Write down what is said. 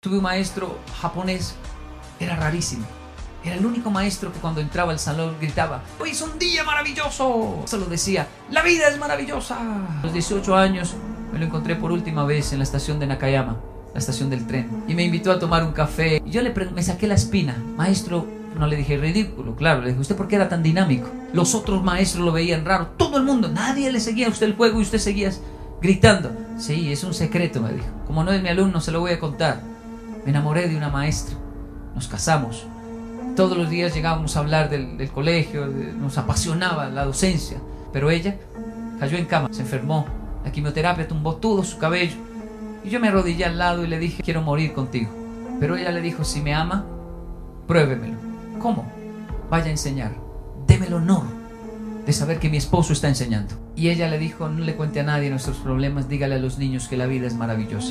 Tuve un maestro japonés, era rarísimo. Era el único maestro que cuando entraba al salón gritaba: "Hoy es un día maravilloso". Solo decía: "La vida es maravillosa". A los 18 años me lo encontré por última vez en la estación de Nakayama, la estación del tren, y me invitó a tomar un café. Y yo me saqué la espina. Maestro, no le dije ridículo, claro, le dije: "¿Usted por qué era tan dinámico? Los otros maestros lo veían raro, todo el mundo, nadie le seguía a usted el juego y usted seguía gritando". "Sí, es un secreto", me dijo. "Como no es mi alumno, se lo voy a contar. Me enamoré de una maestra, nos casamos. Todos los días llegábamos a hablar del colegio, nos apasionaba la docencia. Pero ella cayó en cama, se enfermó. La quimioterapia tumbó todo su cabello. Y yo me arrodillé al lado y le dije: quiero morir contigo. Pero ella le dijo: si me ama, pruébemelo". "¿Cómo?". "Vaya a enseñar. Deme el honor de saber que mi esposo está enseñando". Y ella le dijo: no le cuente a nadie nuestros problemas, dígale a los niños que la vida es maravillosa.